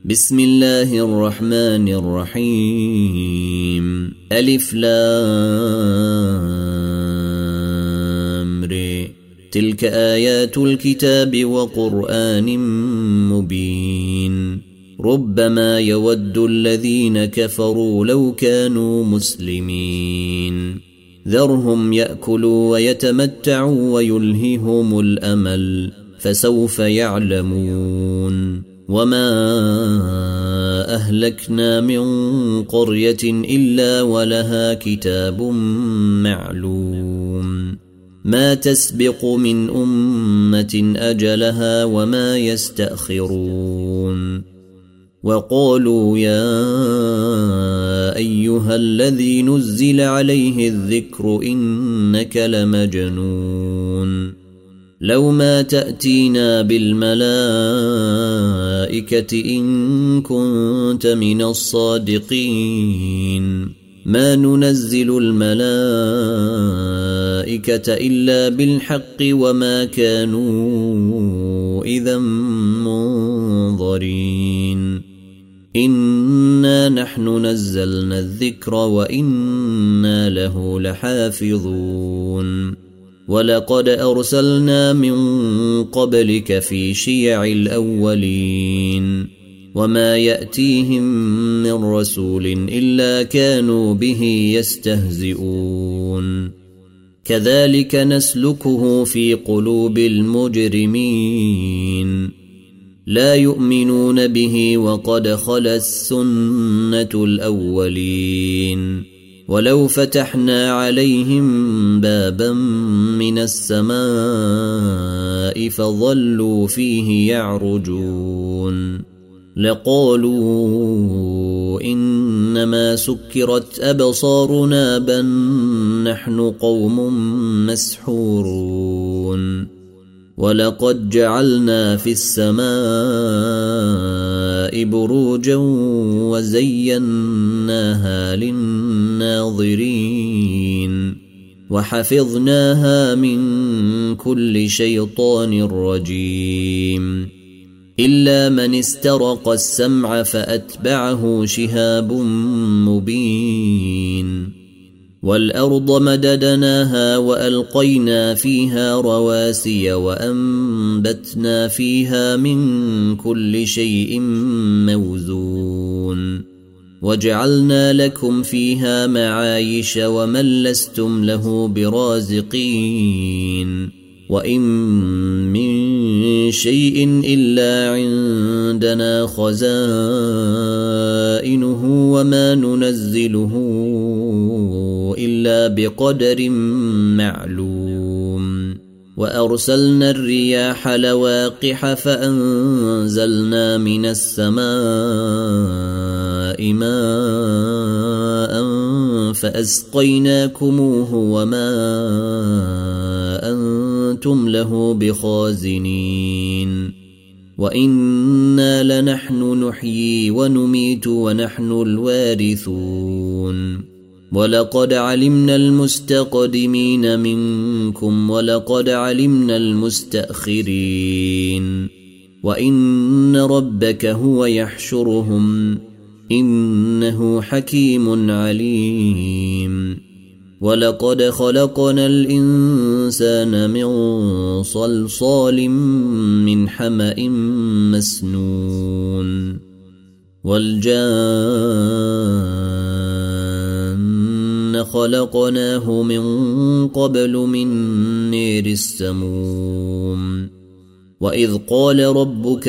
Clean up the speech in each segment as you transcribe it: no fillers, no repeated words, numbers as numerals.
بسم الله الرحمن الرحيم ألف لام ر تلك آيات الكتاب وقرآن مبين ربما يود الذين كفروا لو كانوا مسلمين ذرهم يأكلوا ويتمتعوا ويلههم الأمل فسوف يعلمون وما أهلكنا من قرية إلا ولها كتاب معلوم ما تسبق من أمة أجلها وما يستأخرون وقالوا يا أيها الذي نزل عليه الذكر إنك لمجنون لو ما تأتينا بالملائكة إن كنت من الصادقين ما ننزل الملائكة إلا بالحق وما كانوا إذا منظرين إنا نحن نزلنا الذكر وإنا له لحافظون ولقد أرسلنا من قبلك في شيع الأولين وما يأتيهم من رسول إلا كانوا به يستهزئون كذلك نسلكه في قلوب المجرمين لا يؤمنون به وقد خلت سنة الأولين ولو فتحنا عليهم بابا من السماء فظلوا فيه يعرجون لقالوا إنما سكرت أبصارنا بل نحن قوم مسحورون ولقد جعلنا في السماء بروجا وزيناها للناظرين وحفظناها من كل شيطان رجيم إلا من استرق السمع فأتبعه شهاب مبين والأرض مددناها وألقينا فيها رواسي وأنبتنا فيها من كل شيء موزون وجعلنا لكم فيها معايش ومن لستم له برازقين وإن من شيء إلا عندنا خزائنه وما ننزله إلا بقدر معلوم وأرسلنا الرياح لواقح فأنزلنا من السماء ماء فأسقيناكموه وما أنتم له بخازنين وإنا لنحن نحيي ونميت ونحن الوارثون ولقد علمنا المستقدمين منكم ولقد علمنا المستأخرين وإن ربك هو يحشرهم إنه حكيم عليم ولقد خلقنا الإنسان من صلصال من حمأ مسنون والجان خلقناه من قبل من نير السموم وإذ قال ربك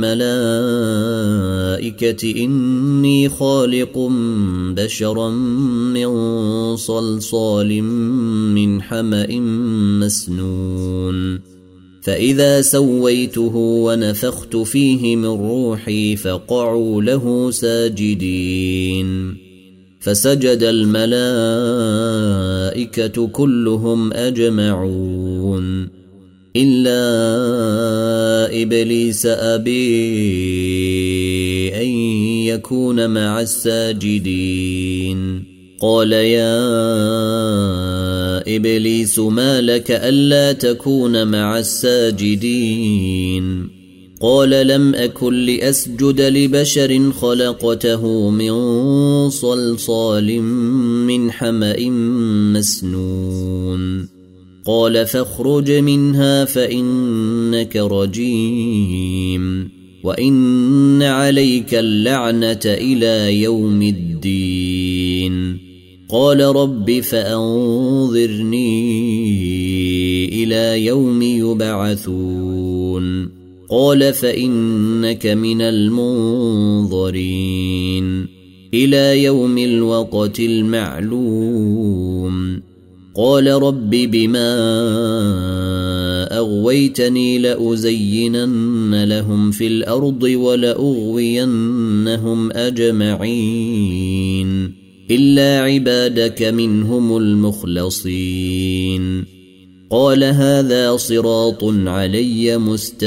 للملائكة إني خالق بشرا من صلصال من حمأ مسنون فإذا سويته ونفخت فيه من روحي فقعوا له ساجدين فسجد الملائكة كلهم أجمعون إلا إبليس أبي أن يكون مع الساجدين قال يا إبليس ما لك ألا تكون مع الساجدين قال لم أكن لأسجد لبشر خلقته من صلصال من حمأ مسنون قال فاخرج منها فإنك رجيم وإن عليك اللعنة إلى يوم الدين قال رب فأنظرني إلى يوم يبعثون قال فإنك من المنظرين إلى يوم الوقت المعلوم قال رب بما أغويتني لأزينن لهم في الأرض ولأغوينهم أجمعين إلا عبادك منهم المخلصين قال هذا صراط علي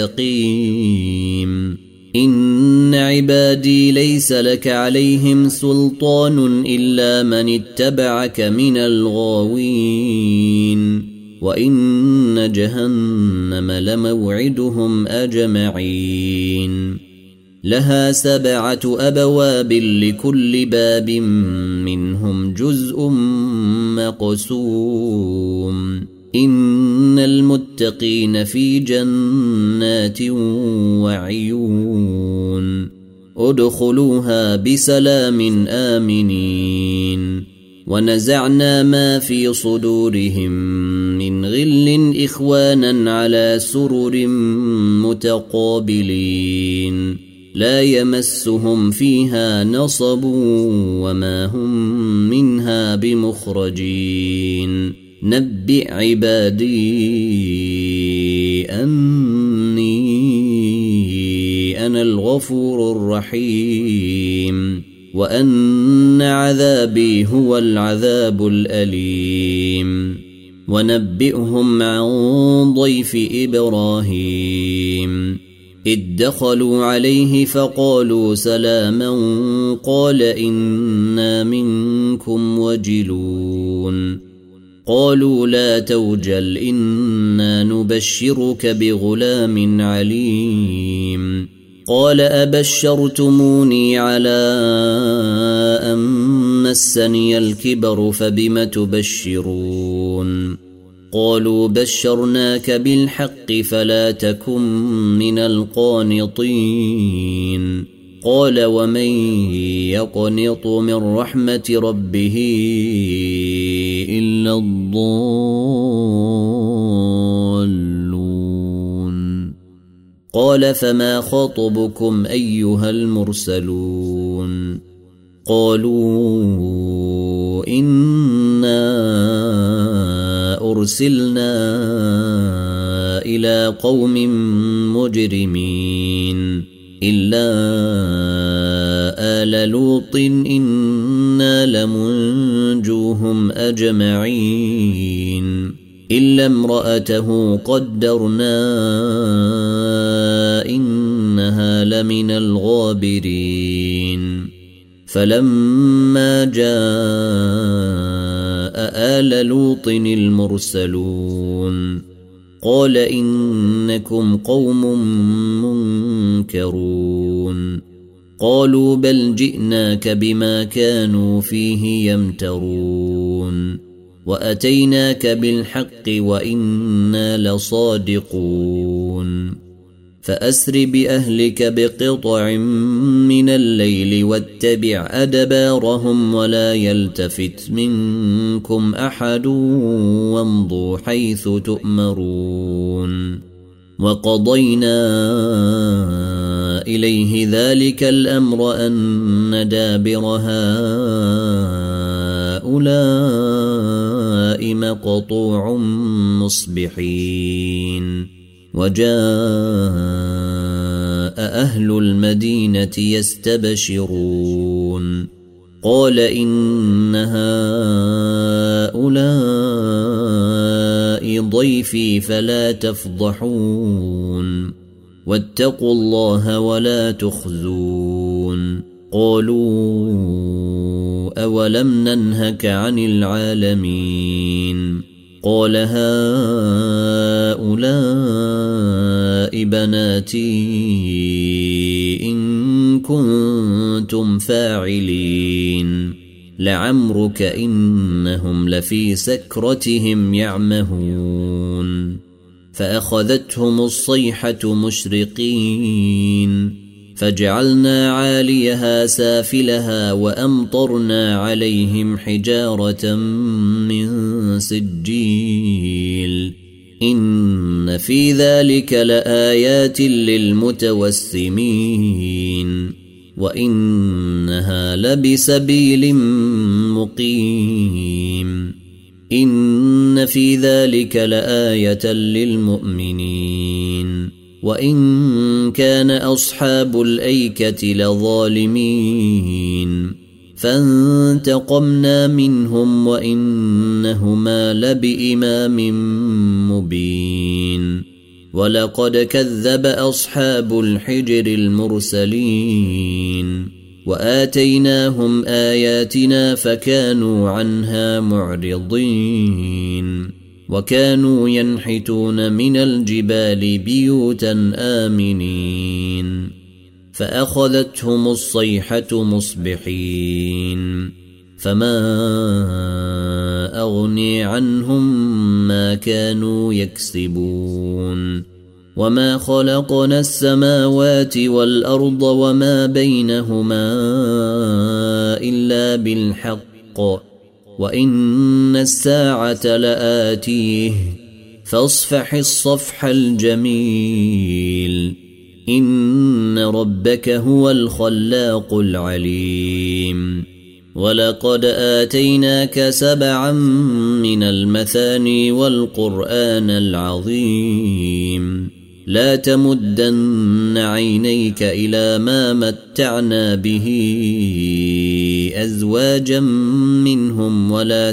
مستقيم إن عبادي ليس لك عليهم سلطان إلا من اتبعك من الغاوين وإن جهنم لموعدهم أجمعين لها 7 أبواب لكل باب منهم جزء مقسوم إن المتقين في جنات وعيون ادخلوها بسلام آمنين ونزعنا ما في صدورهم من غل إخوانا على سرر متقابلين لا يمسهم فيها نصب وما هم منها بمخرجين نبئ عبادي أني أنا الغفور الرحيم وأن عذابي هو العذاب الأليم ونبئهم عن ضيف إبراهيم إذ دخلوا عليه فقالوا سلاما قال إنا منكم وجلون قالوا لا توجل إنا نبشرك بغلام عليم قال أبشرتموني على أن مسني الكبر فبم تبشرون قالوا بشرناك بالحق فلا تكن من القانطين قال ومن يقنط من رحمة ربه إلا الضالون قال فما خطبكم أيها المرسلون قالوا إنا أرسلنا إلى قوم مجرمين إلا آل لوط إنا لمنجوهم أجمعين إلا امرأته قدرنا إنها لمن الغابرين فلما جاء آل لوط المرسلون قال إنكم قوم منكرون قالوا بل جئناك بما كانوا فيه يمترون وأتيناك بالحق وإنا لصادقون فأسر بأهلك بقطع من الليل واتبع أدبارهم ولا يلتفت منكم أحد وامضوا حيث تؤمرون وقضينا إليه ذلك الأمر أن دابر هؤلاء مقطوع مصبحين وجاء أهل المدينة يستبشرون قال إن هؤلاء ضيفي فلا تفضحون واتقوا الله ولا تخزون قالوا أولم ننهك عن العالمين قال هؤلاء بناتي إن كنتم فاعلين لعمرك إنهم لفي سكرتهم يعمهون فأخذتهم الصيحة مشرقين فجعلنا عاليها سافلها وأمطرنا عليهم حجارة من سجيل إن في ذلك لآيات للمتوسمين وإنها لبسبيل مقيم إن في ذلك لآية للمؤمنين وإن كان أصحاب الأيكة لظالمين فانتقمنا منهم وإنهما لبإمام مبين ولقد كذب أصحاب الحجر المرسلين وآتيناهم آياتنا فكانوا عنها معرضين وكانوا ينحتون من الجبال بيوتا آمنين فأخذتهم الصيحة مصبحين فما أغني عنهم ما كانوا يكسبون وما خلقنا السماوات والأرض وما بينهما إلا بالحق وإن الساعة لآتيه فاصفح الصفح الجميل إن ربك هو الخلاق العليم ولقد آتيناك 7 من المثاني والقرآن العظيم لا تمدن عينيك إلى ما متعنا به أزواجا منهم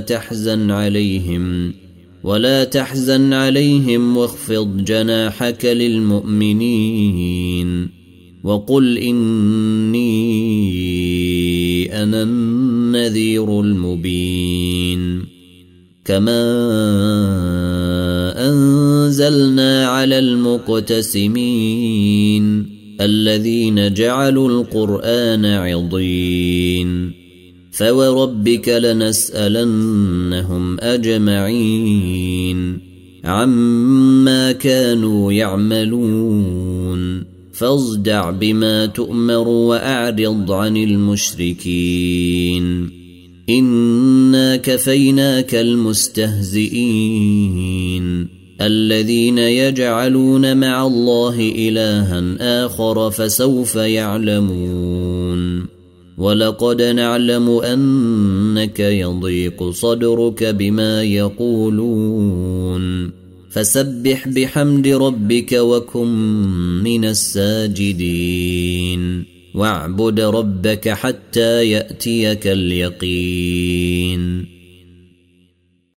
ولا تحزن عليهم واخفض جناحك للمؤمنين وقل إني أنا النذير المبين كما أنزلنا على المقتسمين الذين جعلوا القرآن عضين فوربك لنسألنهم أجمعين عما كانوا يعملون فاصدع بما تؤمر وأعرض عن المشركين إنا كفيناك المستهزئين الذين يجعلون مع الله إلها آخر فسوف يعلمون ولقد نعلم أنك يضيق صدرك بما يقولون فسبح بحمد ربك وكن من الساجدين واعبد ربك حتى يأتيك اليقين